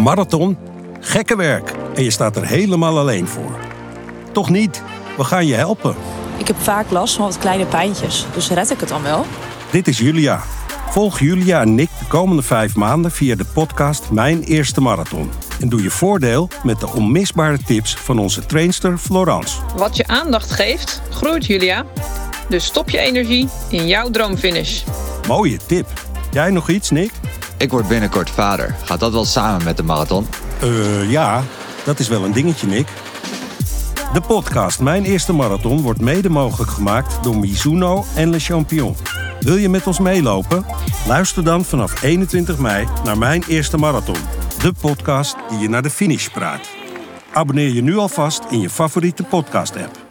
Marathon, gekke werk en je staat er helemaal alleen voor. Toch niet, we gaan je helpen. Ik heb vaak last van wat kleine pijntjes, dus red ik het dan wel? Dit is Julia. Volg Julia en Nick de komende 5 maanden via de podcast Mijn Eerste Marathon. En doe je voordeel met de onmisbare tips van onze trainster Florence. Wat je aandacht geeft, groeit Julia. Dus stop je energie in jouw droomfinish. Mooie tip. Jij nog iets, Nick? Ik word binnenkort vader. Gaat dat wel samen met de marathon? Ja, dat is wel een dingetje, Nick. De podcast Mijn Eerste Marathon wordt mede mogelijk gemaakt door Mizuno en Le Champion. Wil je met ons meelopen? Luister dan vanaf 21 mei naar Mijn Eerste Marathon. De podcast die je naar de finish praat. Abonneer je nu alvast in je favoriete podcast-app.